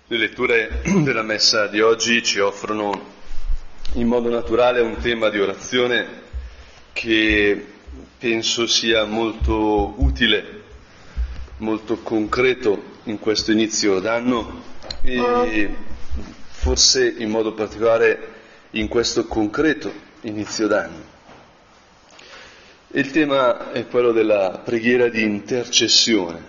Le letture della Messa di oggi ci offrono in modo naturale un tema di orazione che penso sia molto utile, molto concreto in questo inizio d'anno e forse in modo particolare in questo concreto inizio d'anno. Il tema è quello della preghiera di intercessione.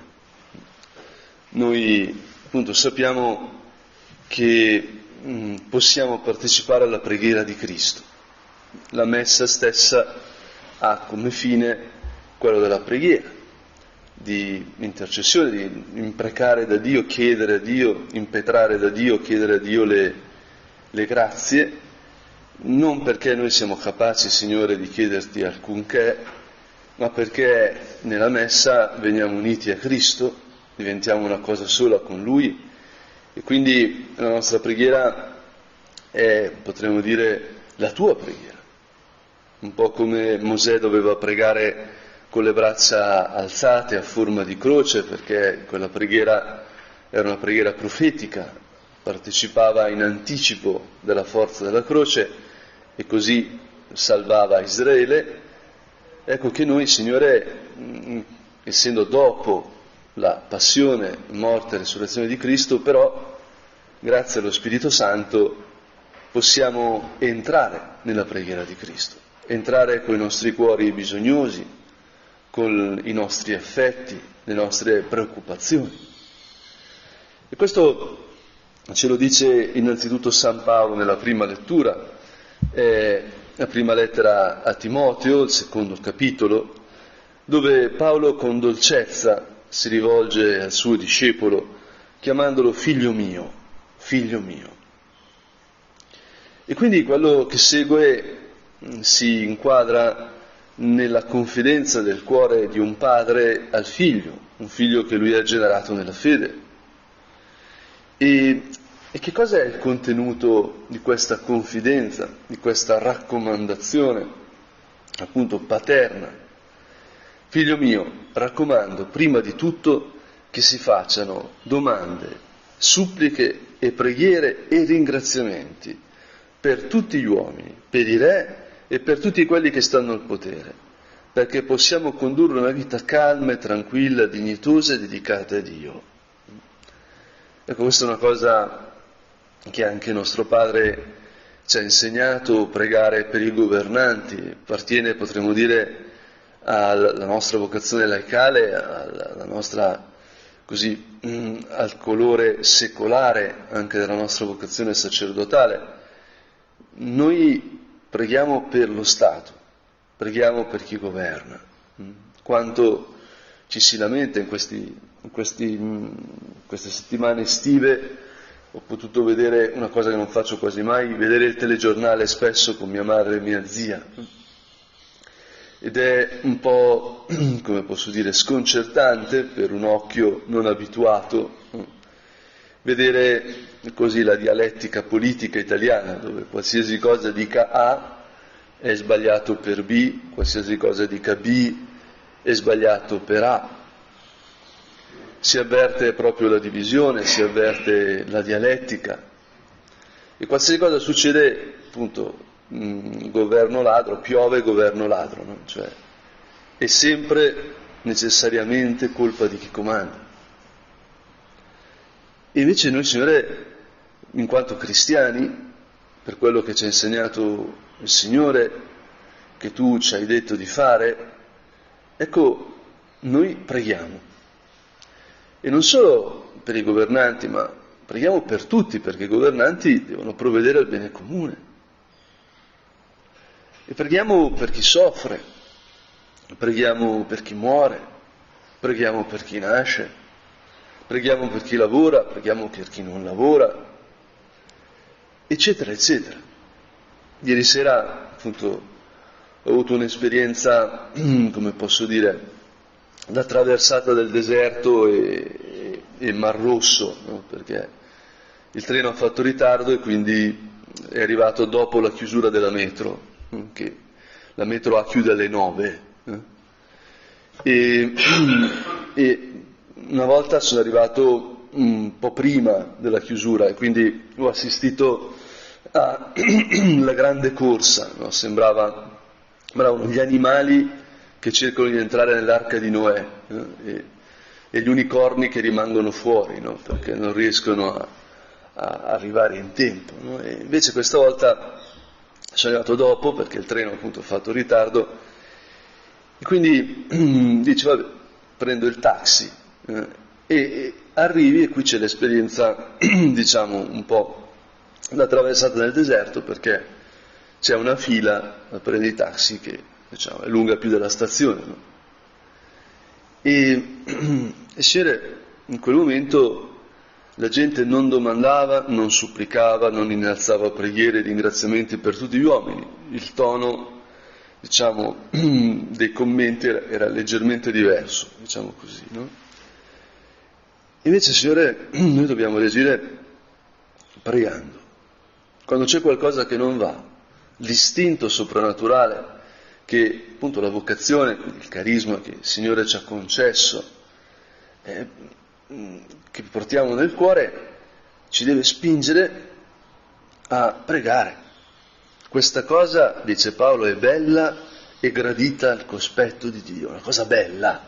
Noi appunto sappiamo che possiamo partecipare alla preghiera di Cristo. La Messa stessa ha come fine quello della preghiera, di intercessione, di imprecare da Dio, chiedere a Dio, impetrare da Dio, chiedere a Dio le grazie, non perché noi siamo capaci, Signore, di chiederti alcunché, ma perché nella Messa veniamo uniti a Cristo, diventiamo una cosa sola con Lui e quindi la nostra preghiera è, potremmo dire, la tua preghiera. Un po' come Mosè doveva pregare con le braccia alzate a forma di croce, perché quella preghiera era una preghiera profetica, partecipava in anticipo della forza della croce e così salvava Israele. Ecco che noi, Signore, essendo dopo la passione, morte e resurrezione di Cristo, però, grazie allo Spirito Santo, possiamo entrare nella preghiera di Cristo, entrare con i nostri cuori bisognosi, con i nostri affetti, le nostre preoccupazioni. E questo ce lo dice innanzitutto San Paolo nella prima lettura, la prima lettera a Timoteo, il secondo capitolo, dove Paolo con dolcezza si rivolge al suo discepolo chiamandolo figlio mio, figlio mio. E quindi quello che segue si inquadra nella confidenza del cuore di un padre al figlio, un figlio che lui ha generato nella fede. E che cosa è il contenuto di questa confidenza, di questa raccomandazione, appunto paterna? Figlio mio, raccomando prima di tutto che si facciano domande, suppliche e preghiere e ringraziamenti per tutti gli uomini, per i re e per tutti quelli che stanno al potere, perché possiamo condurre una vita calma e tranquilla, dignitosa e dedicata a Dio. Ecco, questa è una cosa che anche nostro Padre ci ha insegnato, pregare per i governanti, appartiene, potremmo dire, alla nostra vocazione laicale, alla nostra, così, al colore secolare anche della nostra vocazione sacerdotale. Noi preghiamo per lo Stato, preghiamo per chi governa. Quanto ci si lamenta in queste settimane estive, ho potuto vedere una cosa che non faccio quasi mai, vedere il telegiornale spesso con mia madre e mia zia. Ed è un po', come posso dire, sconcertante per un occhio non abituato vedere così la dialettica politica italiana, dove qualsiasi cosa dica A è sbagliato per B, qualsiasi cosa dica B è sbagliato per A. Si avverte proprio la divisione, si avverte la dialettica e qualsiasi cosa succede, appunto, governo ladro, piove governo ladro, no? Cioè è sempre necessariamente colpa di chi comanda. E invece noi, Signore, in quanto cristiani, per quello che ci ha insegnato il Signore, che tu ci hai detto di fare, ecco, noi preghiamo. E non solo per i governanti, ma preghiamo per tutti, perché i governanti devono provvedere al bene comune. E preghiamo per chi soffre, preghiamo per chi muore, preghiamo per chi nasce, preghiamo per chi lavora, preghiamo per chi non lavora, eccetera, eccetera. Ieri sera, appunto, ho avuto un'esperienza, come posso dire, da traversata del deserto e Mar Rosso, no? Perché il treno ha fatto ritardo e quindi è arrivato dopo la chiusura della metro, che la metro chiude alle 9. E una volta sono arrivato un po' prima della chiusura e quindi ho assistito alla grande corsa, no? Sembravano gli animali che cercano di entrare nell'arca di Noè, e gli unicorni che rimangono fuori, no? Perché non riescono a arrivare in tempo, no? E invece questa volta sono arrivato dopo perché il treno appunto ha fatto ritardo e quindi dice vabbè, prendo il taxi e arrivi e qui c'è l'esperienza diciamo un po' da traversata nel deserto perché c'è una fila per i taxi che diciamo è lunga più della stazione, no? E Signore, in quel momento la gente non domandava, non supplicava, non innalzava preghiere e ringraziamenti per tutti gli uomini. Il tono, diciamo, dei commenti era leggermente diverso, diciamo così, no? Invece, Signore, noi dobbiamo reagire pregando. Quando c'è qualcosa che non va, l'istinto soprannaturale che appunto la vocazione, il carisma che il Signore ci ha concesso, che portiamo nel cuore, ci deve spingere a pregare. Questa cosa, dice Paolo, è bella e gradita al cospetto di Dio, una cosa bella,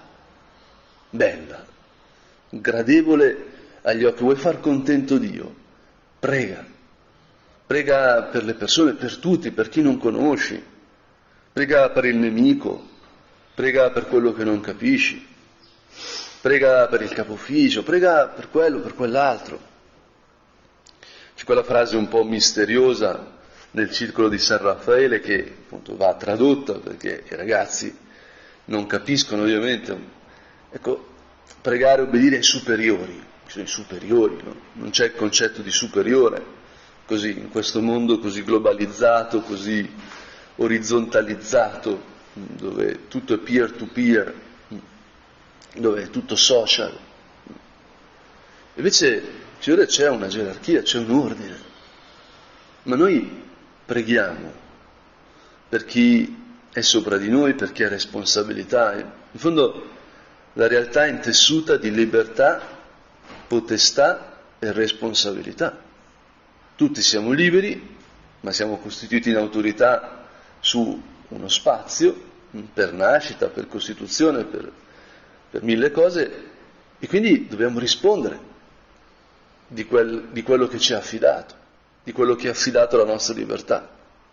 gradevole agli occhi. Vuoi far contento Dio? Prega per le persone, per tutti, per chi non conosci, prega per il nemico, prega per quello che non capisci, prega per il capofficio, prega per quello, per quell'altro. C'è quella frase un po' misteriosa nel circolo di San Raffaele che appunto va tradotta perché i ragazzi non capiscono ovviamente. Ecco, pregare e obbedire ai superiori, sono i superiori, no? Non c'è il concetto di superiore, così, in questo mondo così globalizzato, così orizzontalizzato, dove tutto è peer to peer, dove è tutto social. Invece, Signore, c'è una gerarchia, c'è un ordine. Ma noi preghiamo per chi è sopra di noi, per chi ha responsabilità. In fondo, la realtà è intessuta di libertà, potestà e responsabilità. Tutti siamo liberi, ma siamo costituiti in autorità su uno spazio, per nascita, per costituzione, per mille cose, e quindi dobbiamo rispondere di quello che ci ha affidato, di quello che ha affidato la nostra libertà.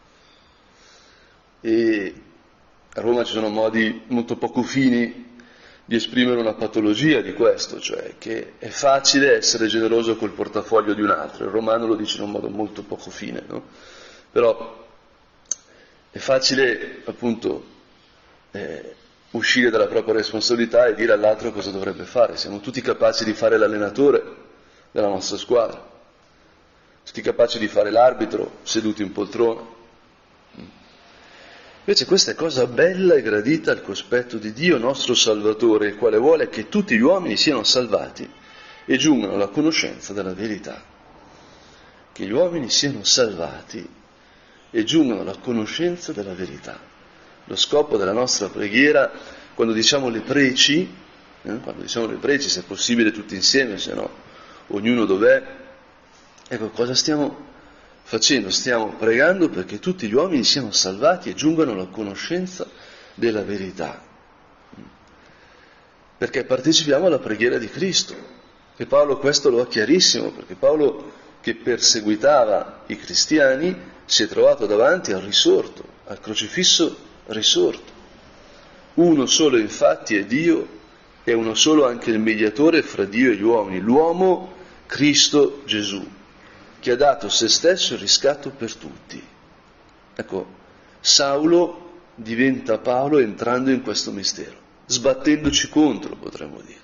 E a Roma ci sono modi molto poco fini di esprimere una patologia di questo, cioè che è facile essere generoso col portafoglio di un altro. Il romano lo dice in un modo molto poco fine, no? Però è facile appunto uscire dalla propria responsabilità e dire all'altro cosa dovrebbe fare. Siamo tutti capaci di fare l'allenatore della nostra squadra, tutti capaci di fare l'arbitro seduti in poltrona. Invece questa è cosa bella e gradita al cospetto di Dio nostro Salvatore, il quale vuole che tutti gli uomini siano salvati e giungano alla conoscenza della verità. Che gli uomini siano salvati e giungano alla conoscenza della verità. Lo scopo della nostra preghiera, quando diciamo le preci, se è possibile tutti insieme, se no ognuno dov'è, ecco cosa stiamo facendo? Stiamo pregando perché tutti gli uomini siano salvati e giungano alla conoscenza della verità. Perché partecipiamo alla preghiera di Cristo. E Paolo questo lo ha chiarissimo, perché Paolo, che perseguitava i cristiani, si è trovato davanti al risorto, al crocifisso risorto. Uno solo infatti è Dio e uno solo anche il mediatore fra Dio e gli uomini, l'uomo Cristo Gesù, che ha dato se stesso il riscatto per tutti. Ecco, Saulo diventa Paolo entrando in questo mistero, sbattendoci contro, potremmo dire.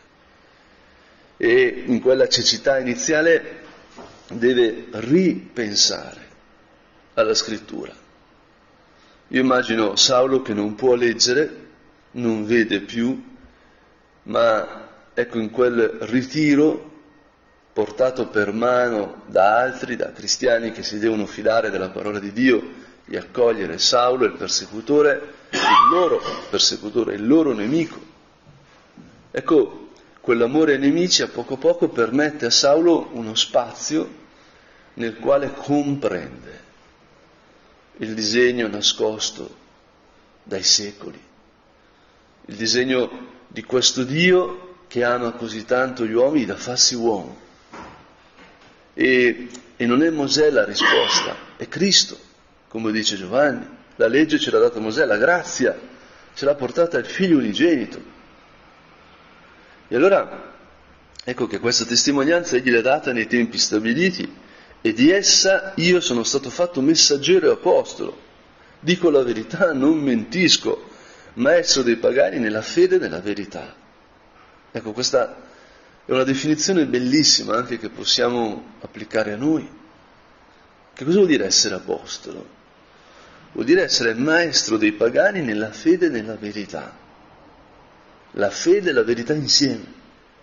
E in quella cecità iniziale deve ripensare alla scrittura. Io immagino Saulo che non può leggere, non vede più, ma ecco in quel ritiro portato per mano da altri, da cristiani che si devono fidare della parola di Dio e accogliere Saulo, il persecutore, il loro nemico. Ecco, quell'amore ai nemici a poco permette a Saulo uno spazio nel quale comprende il disegno nascosto dai secoli, il disegno di questo Dio che ama così tanto gli uomini da farsi uomo. E non è Mosè la risposta, è Cristo, come dice Giovanni. La legge ce l'ha data Mosè, la grazia ce l'ha portata il Figlio unigenito. E allora ecco che questa testimonianza egli l'ha data nei tempi stabiliti, e di essa io sono stato fatto messaggero e apostolo. Dico la verità, non mentisco, maestro dei pagani nella fede e nella verità. Ecco, questa è una definizione bellissima anche che possiamo applicare a noi. Che cosa vuol dire essere apostolo? Vuol dire essere maestro dei pagani nella fede e nella verità. La fede e la verità insieme.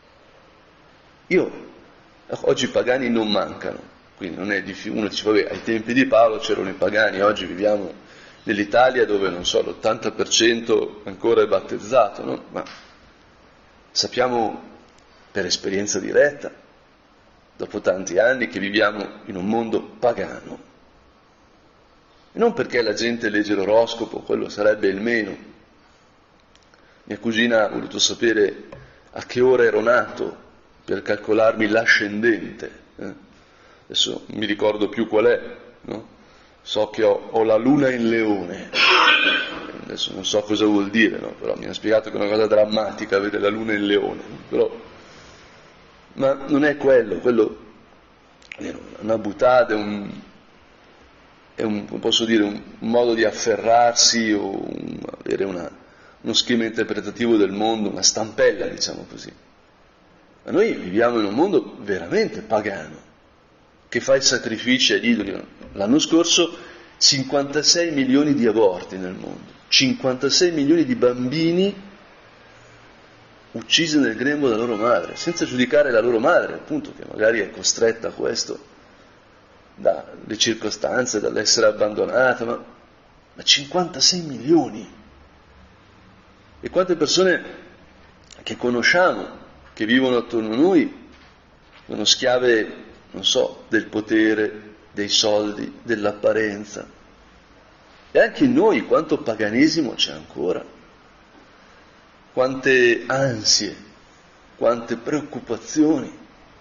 Oggi i pagani non mancano. Quindi non è difficile, uno dice, vabbè, ai tempi di Paolo c'erano i pagani, oggi viviamo nell'Italia dove, non so, l'80% ancora è battezzato, no? Ma sappiamo per esperienza diretta, dopo tanti anni, che viviamo in un mondo pagano. E non perché la gente legge l'oroscopo, quello sarebbe il meno. Mia cugina ha voluto sapere a che ora ero nato per calcolarmi l'ascendente. Adesso non mi ricordo più qual è, no? So che ho la luna in leone, adesso non so cosa vuol dire, no? Però mi ha spiegato che è una cosa drammatica avere la luna in leone, ma non è quello è una boutade, è un modo di afferrarsi o avere uno schema interpretativo del mondo, una stampella, diciamo così. Ma noi viviamo in un mondo veramente pagano, che fa i sacrifici agli idoli. L'anno scorso 56 milioni di aborti nel mondo, 56 milioni di bambini uccisi nel grembo della loro madre, senza giudicare la loro madre, appunto, che magari è costretta a questo dalle circostanze, dall'essere abbandonata, ma 56 milioni. E quante persone che conosciamo, che vivono attorno a noi, sono schiave, non so, del potere, dei soldi, dell'apparenza. E anche in noi quanto paganesimo c'è ancora, quante ansie, quante preoccupazioni.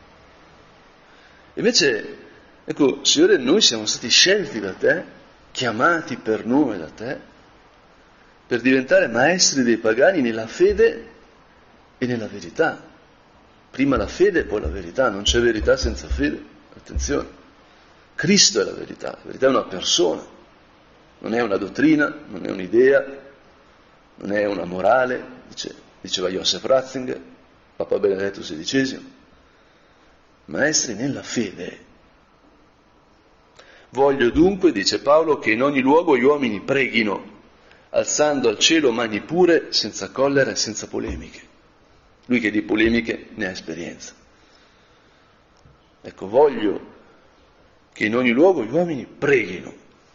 Invece, ecco, Signore, noi siamo stati scelti da Te, chiamati per nome da Te, per diventare maestri dei pagani nella fede e nella verità. Prima la fede e poi la verità, non c'è verità senza fede, attenzione. Cristo è la verità è una persona, non è una dottrina, non è un'idea, non è una morale, diceva Joseph Ratzinger, Papa Benedetto XVI, maestri nella fede. Voglio dunque, dice Paolo, che in ogni luogo gli uomini preghino, alzando al cielo mani pure, senza collera e senza polemiche. Lui che di polemiche ne ha esperienza. Ecco, voglio che in ogni luogo gli uomini preghino,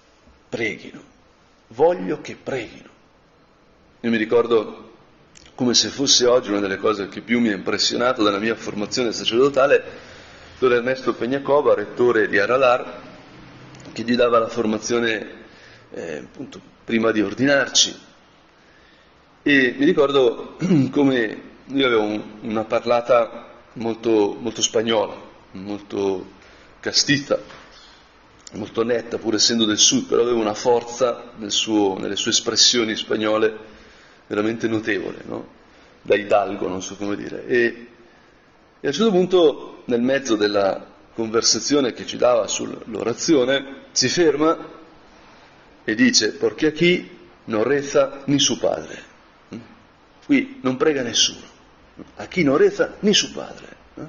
voglio che preghino. Io mi ricordo come se fosse oggi una delle cose che più mi ha impressionato dalla mia formazione sacerdotale, Don Ernesto Pegnacova, rettore di Aralar, che gli dava la formazione appunto prima di ordinarci. E mi ricordo come io avevo una parlata molto, molto spagnola, molto castiza, molto netta, pur essendo del sud, però avevo una forza nelle sue espressioni spagnole veramente notevole, no? Da hidalgo, non so come dire. E a un certo punto, nel mezzo della conversazione che ci dava sull'orazione, si ferma e dice: «Porque aquí no reza ni su padre». Qui non prega nessuno. A chi non reza ni su padre.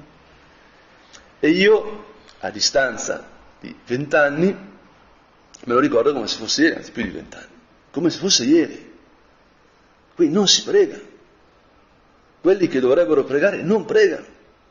E io, a distanza di 20 anni, me lo ricordo come se fosse ieri, anzi più di 20 anni, come se fosse ieri. Qui non si prega. Quelli che dovrebbero pregare non pregano.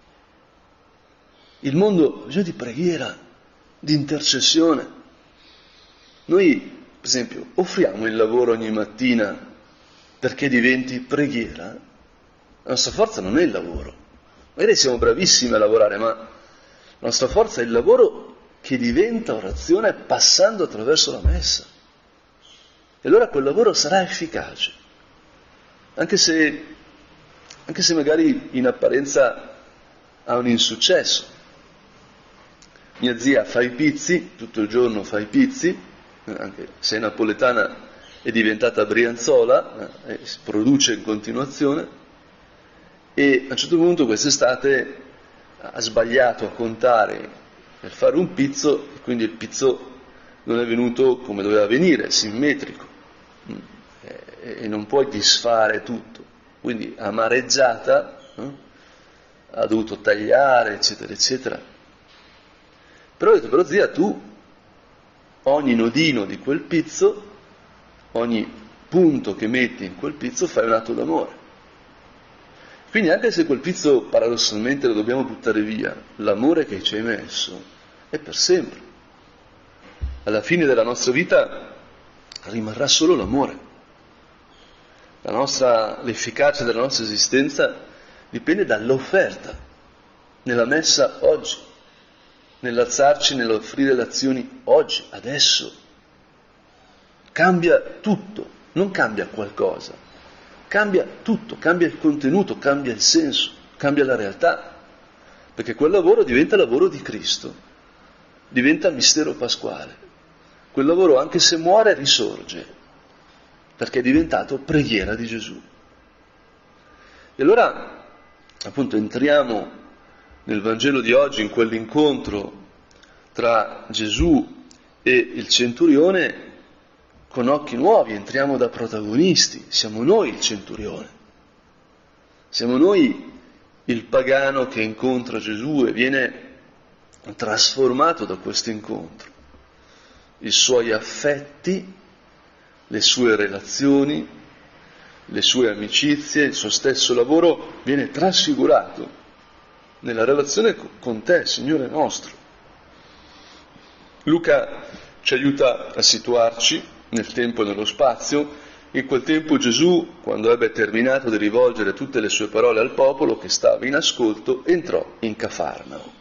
Il mondo ha bisogno di preghiera, di intercessione. Noi, per esempio, offriamo il lavoro ogni mattina perché diventi preghiera. La nostra forza non è il lavoro, Magari siamo bravissimi a lavorare, ma la nostra forza è il lavoro che diventa orazione passando attraverso la messa. E allora quel lavoro sarà efficace, anche se magari in apparenza ha un insuccesso. Mia zia fa i pizzi, tutto il giorno fa i pizzi, anche se è napoletana è diventata brianzola, si produce in continuazione, e a un certo punto quest'estate ha sbagliato a contare per fare un pizzo, e quindi il pizzo non è venuto come doveva venire, simmetrico, e non puoi disfare tutto, quindi amareggiata, ha dovuto tagliare, eccetera, eccetera. Però ho detto, però zia, tu ogni nodino di quel pizzo, ogni punto che metti in quel pizzo fai un atto d'amore. Quindi anche se quel pizzo paradossalmente lo dobbiamo buttare via, l'amore che ci hai messo è per sempre. Alla fine della nostra vita rimarrà solo l'amore. L'efficacia della nostra esistenza dipende dall'offerta nella messa oggi, nell'alzarci, nell'offrire le azioni oggi, adesso. Cambia tutto, non cambia qualcosa, cambia tutto, cambia il contenuto, cambia il senso, cambia la realtà, perché quel lavoro diventa lavoro di Cristo, diventa mistero pasquale. Quel lavoro, anche se muore, risorge, perché è diventato preghiera di Gesù. E allora, appunto, entriamo nel Vangelo di oggi, in quell'incontro tra Gesù e il centurione, con occhi nuovi, entriamo da protagonisti, siamo noi il centurione, siamo noi il pagano che incontra Gesù e viene trasformato da questo incontro. I suoi affetti, le sue relazioni, le sue amicizie, il suo stesso lavoro viene trasfigurato nella relazione con te, Signore nostro. Luca ci aiuta a situarci nel tempo e nello spazio. In quel tempo Gesù, quando ebbe terminato di rivolgere tutte le sue parole al popolo che stava in ascolto, entrò in Cafarnao.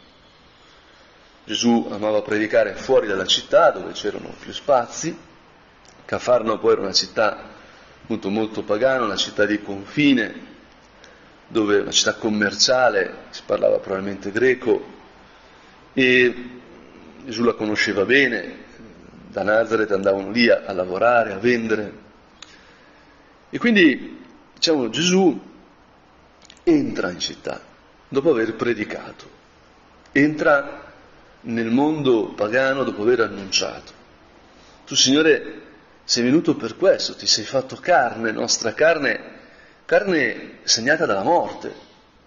Gesù amava predicare fuori dalla città, dove c'erano più spazi. Cafarnao poi era una città appunto molto pagana, una città di confine, dove una città commerciale, si parlava probabilmente greco, e Gesù la conosceva bene. Da Nazaret andavano lì a lavorare, a vendere. E quindi, diciamo, Gesù entra in città, dopo aver predicato. Entra nel mondo pagano dopo aver annunciato. Tu, Signore, sei venuto per questo, ti sei fatto carne, nostra carne segnata dalla morte.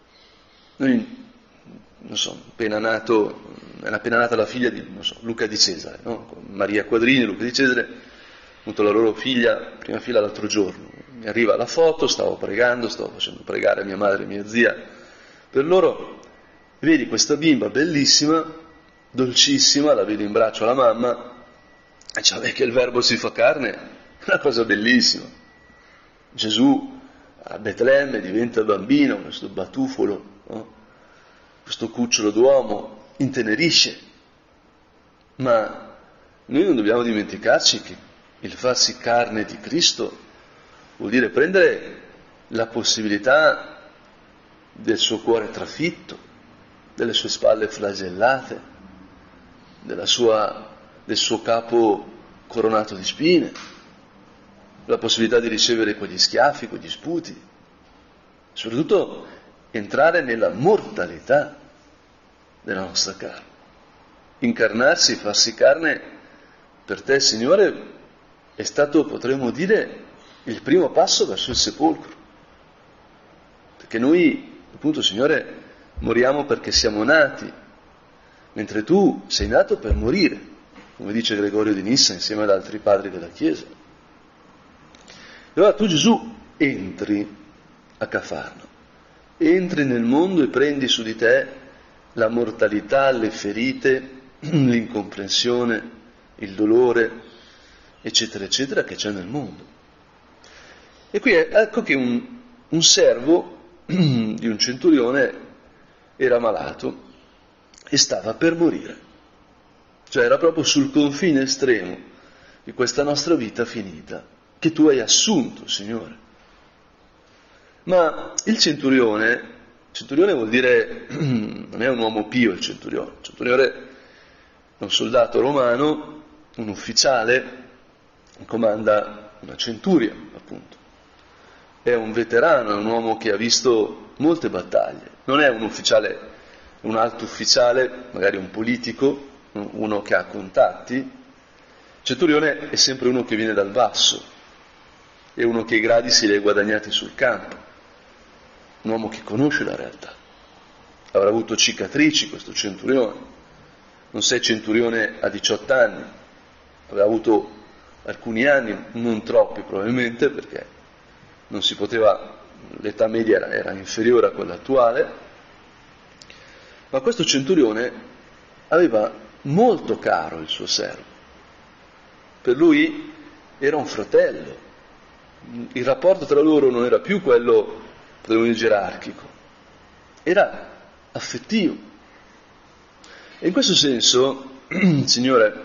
Noi, non so, era appena nata la figlia di, Luca di Cesare, no? Maria Quadrini, Luca di Cesare, avuto la loro figlia, prima fila l'altro giorno. Mi arriva la foto, stavo pregando, stavo facendo pregare mia madre e mia zia per loro. Vedi questa bimba bellissima, dolcissima, la vedi in braccio alla mamma, e dice, che il Verbo si fa carne, è una cosa bellissima. Gesù a Betlemme diventa bambino, questo batufolo, no? Questo cucciolo d'uomo intenerisce, ma noi non dobbiamo dimenticarci che il farsi carne di Cristo vuol dire prendere la possibilità del suo cuore trafitto, delle sue spalle flagellate, del suo capo coronato di spine, la possibilità di ricevere quegli schiaffi, quegli sputi, soprattutto entrare nella mortalità della nostra carne. Incarnarsi, farsi carne, per te, Signore, è stato, potremmo dire, il primo passo verso il sepolcro. Perché noi, appunto, Signore, moriamo perché siamo nati, mentre tu sei nato per morire, come dice Gregorio di Nissa insieme ad altri padri della Chiesa. E allora tu, Gesù, entri a Cafarnao. Entri nel mondo e prendi su di te la mortalità, le ferite, l'incomprensione, il dolore, eccetera, eccetera, che c'è nel mondo. E qui ecco che un servo di un centurione era malato e stava per morire. Cioè era proprio sul confine estremo di questa nostra vita finita, che tu hai assunto, Signore. Ma il centurione vuol dire, non è un uomo pio il centurione è un soldato romano, un ufficiale, comanda una centuria, appunto. È un veterano, è un uomo che ha visto molte battaglie, non è un ufficiale, un alto ufficiale, magari un politico, uno che ha contatti. Il centurione è sempre uno che viene dal basso, è uno che i gradi se li ha guadagnati sul campo, un uomo che conosce la realtà. Avrà avuto cicatrici questo centurione, non sei centurione a 18 anni, aveva avuto alcuni anni, non troppi probabilmente, perché non si poteva, l'età media era inferiore a quella attuale, ma questo centurione aveva molto caro il suo servo. Per lui era un fratello, il rapporto tra loro non era più quello, potremmo dire, gerarchico, era affettivo. E in questo senso, Signore,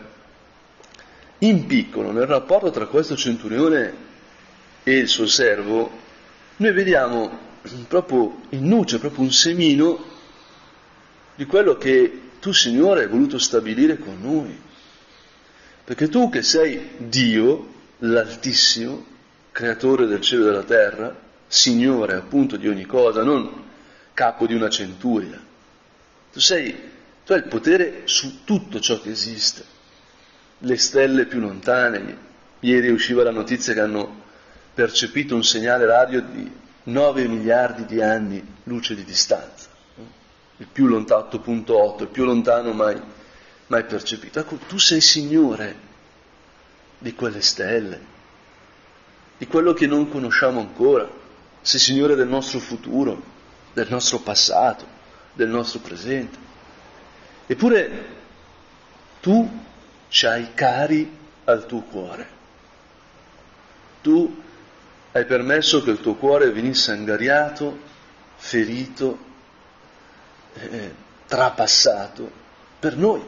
in piccolo, nel rapporto tra questo centurione e il suo servo, noi vediamo proprio in nuce, proprio un semino di quello che tu, Signore, hai voluto stabilire con noi. Perché tu che sei Dio, l'Altissimo, creatore del cielo e della terra, Signore appunto di ogni cosa, non capo di una centuria, tu hai il potere su tutto ciò che esiste, le stelle più lontane. Ieri usciva la notizia che hanno percepito un segnale radio di 9 miliardi di anni luce di distanza, il più lontano 8.8, il più lontano mai percepito. Ecco, tu sei Signore di quelle stelle, di quello che non conosciamo ancora, sei Signore del nostro futuro, del nostro passato, del nostro presente. Eppure tu ci hai cari al tuo cuore. Tu hai permesso che il tuo cuore venisse angariato, ferito, trapassato per noi.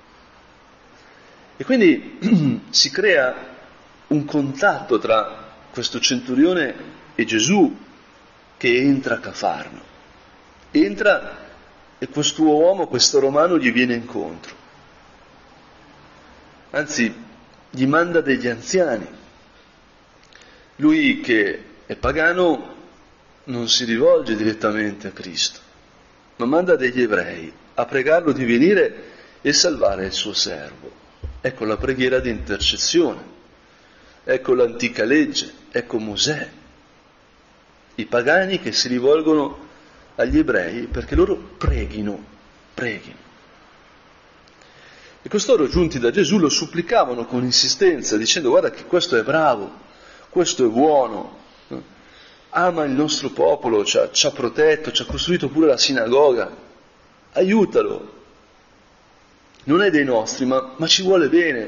E quindi si crea un contatto tra questo centurione e Gesù che entra a Cafarno. Entra e questo uomo, questo romano, gli viene incontro. Anzi, gli manda degli anziani. Lui che è pagano non si rivolge direttamente a Cristo, ma manda degli ebrei a pregarlo di venire e salvare il suo servo. Ecco la preghiera di intercessione, ecco l'antica legge, ecco Mosè. I pagani che si rivolgono agli ebrei perché loro preghino. E costoro, giunti da Gesù, lo supplicavano con insistenza, dicendo: guarda che questo è bravo, questo è buono, ama il nostro popolo, ci ha protetto, ci ha costruito pure la sinagoga, aiutalo. Non è dei nostri, ma ci vuole bene.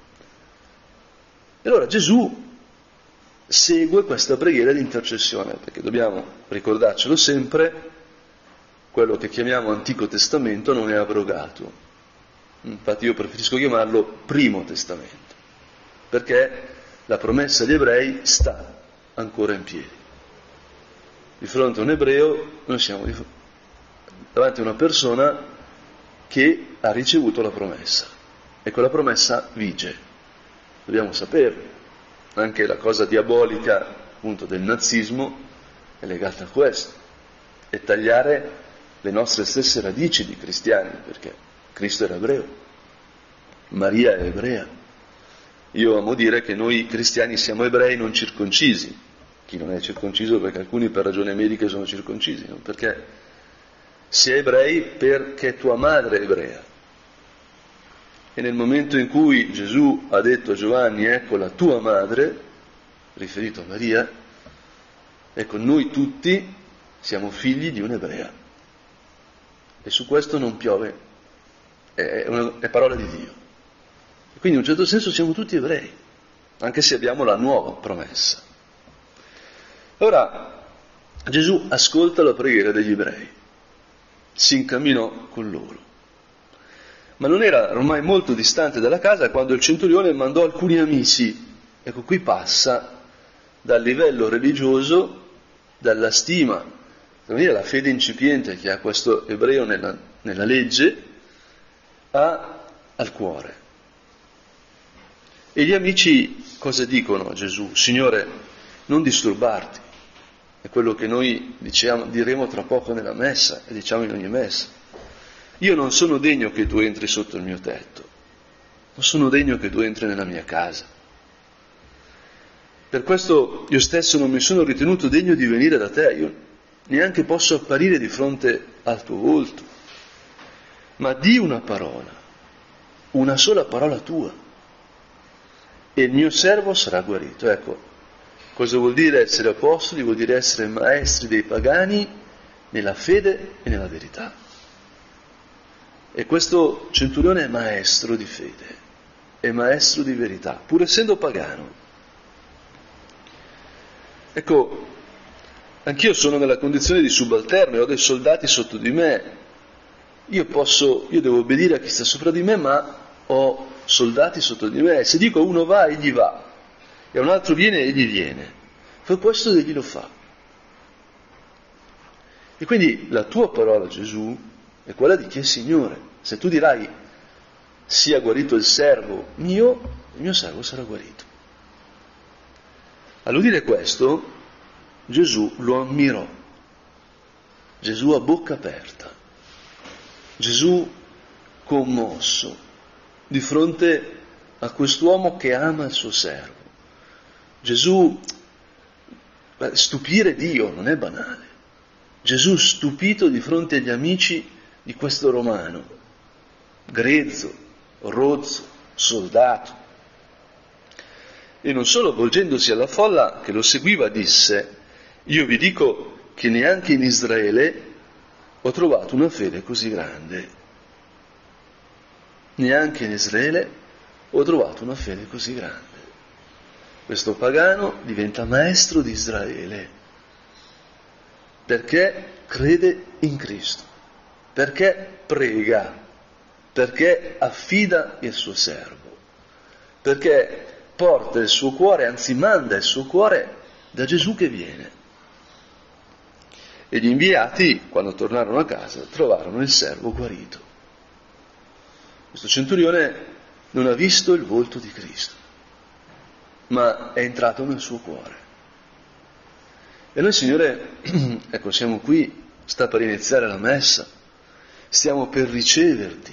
E allora Gesù segue questa preghiera di intercessione, perché dobbiamo ricordarcelo sempre, quello che chiamiamo Antico Testamento non è abrogato. Infatti io preferisco chiamarlo Primo Testamento, perché la promessa agli ebrei sta ancora in piedi. Di fronte a un ebreo noi siamo davanti a una persona che ha ricevuto la promessa e quella promessa vige, dobbiamo saperlo. Anche la cosa diabolica appunto del nazismo è legata a questo, è tagliare le nostre stesse radici di cristiani, perché Cristo era ebreo, Maria è ebrea. Io amo dire che noi cristiani siamo ebrei non circoncisi, chi non è circonciso perché alcuni per ragioni mediche sono circoncisi, non perché si è ebrei perché tua madre è ebrea. E nel momento in cui Gesù ha detto a Giovanni: ecco la tua madre, riferito a Maria, ecco noi tutti siamo figli di un'ebrea. E su questo non piove, è parola di Dio. E quindi in un certo senso siamo tutti ebrei, anche se abbiamo la nuova promessa. Ora Gesù ascolta la preghiera degli ebrei si incamminò con loro. Ma non era ormai molto distante dalla casa quando il centurione mandò alcuni amici. Ecco, qui passa dal livello religioso, dalla stima, la fede incipiente che ha questo ebreo nella legge, al cuore. E gli amici cosa dicono a Gesù? Signore, non disturbarti. È quello che noi diremo tra poco nella messa e diciamo in ogni messa. Io non sono degno che tu entri sotto il mio tetto, non sono degno che tu entri nella mia casa. Per questo io stesso non mi sono ritenuto degno di venire da te, io neanche posso apparire di fronte al tuo volto, ma di una parola, una sola parola tua, e il mio servo sarà guarito. Ecco, cosa vuol dire essere apostoli? Vuol dire essere maestri dei pagani nella fede e nella verità. E questo centurione è maestro di fede, è maestro di verità, pur essendo pagano. Ecco, anch'io sono nella condizione di subalterno e ho dei soldati sotto di me. Io devo obbedire a chi sta sopra di me, ma ho soldati sotto di me. Se dico a uno va, egli va, e a un altro viene, egli viene. Per questo egli lo fa. E quindi la tua parola, Gesù, è quella di chi è Signore. Se tu dirai sia guarito il servo mio, il mio servo sarà guarito. All'udire questo, Gesù lo ammirò. Gesù a bocca aperta. Gesù commosso di fronte a quest'uomo che ama il suo servo. Gesù, stupire Dio non è banale. Gesù stupito di fronte agli amici di questo romano, grezzo, rozzo, soldato. E non solo, volgendosi alla folla che lo seguiva, disse: io vi dico che neanche in Israele ho trovato una fede così grande. Neanche in Israele ho trovato una fede così grande. Questo pagano diventa maestro di Israele perché crede in Cristo, perché prega, perché affida il suo servo, perché porta il suo cuore, anzi manda il suo cuore da Gesù che viene. E gli inviati, quando tornarono a casa, trovarono il servo guarito. Questo centurione non ha visto il volto di Cristo, ma è entrato nel suo cuore. E noi, Signore, ecco, siamo qui, sta per iniziare la messa, stiamo per riceverti.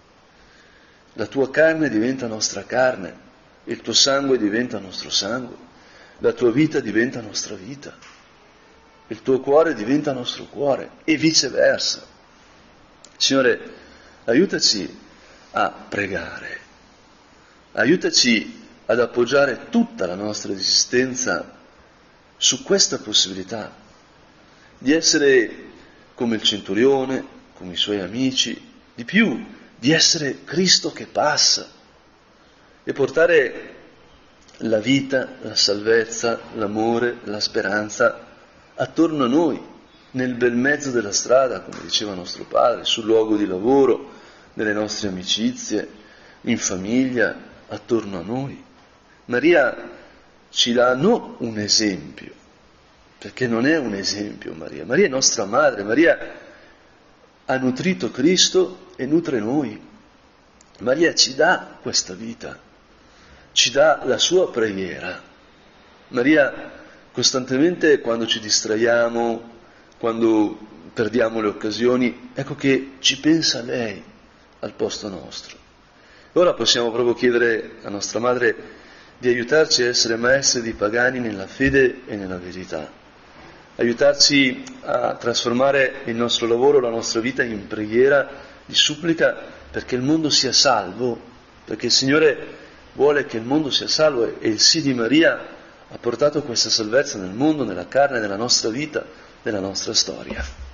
La tua carne diventa nostra carne, il tuo sangue diventa nostro sangue, la tua vita diventa nostra vita, il tuo cuore diventa nostro cuore e viceversa. Signore, aiutaci a pregare, aiutaci ad appoggiare tutta la nostra esistenza su questa possibilità di essere come il centurione, come i suoi amici, di più, di essere Cristo che passa e portare la vita, la salvezza, l'amore, la speranza attorno a noi, nel bel mezzo della strada, come diceva nostro padre, sul luogo di lavoro, nelle nostre amicizie, in famiglia, attorno a noi. Maria ci dà non un esempio, perché non è un esempio Maria è nostra madre, Maria ha nutrito Cristo e nutre noi. Maria ci dà questa vita, ci dà la sua preghiera. Maria costantemente, quando ci distraiamo, quando perdiamo le occasioni, ecco che ci pensa lei al posto nostro. Ora possiamo proprio chiedere a nostra madre di aiutarci a essere maestri di pagani nella fede e nella verità, aiutarci a trasformare il nostro lavoro, la nostra vita in preghiera di supplica perché il mondo sia salvo, perché il Signore vuole che il mondo sia salvo e il sì di Maria ha portato questa salvezza nel mondo, nella carne, nella nostra vita, nella nostra storia.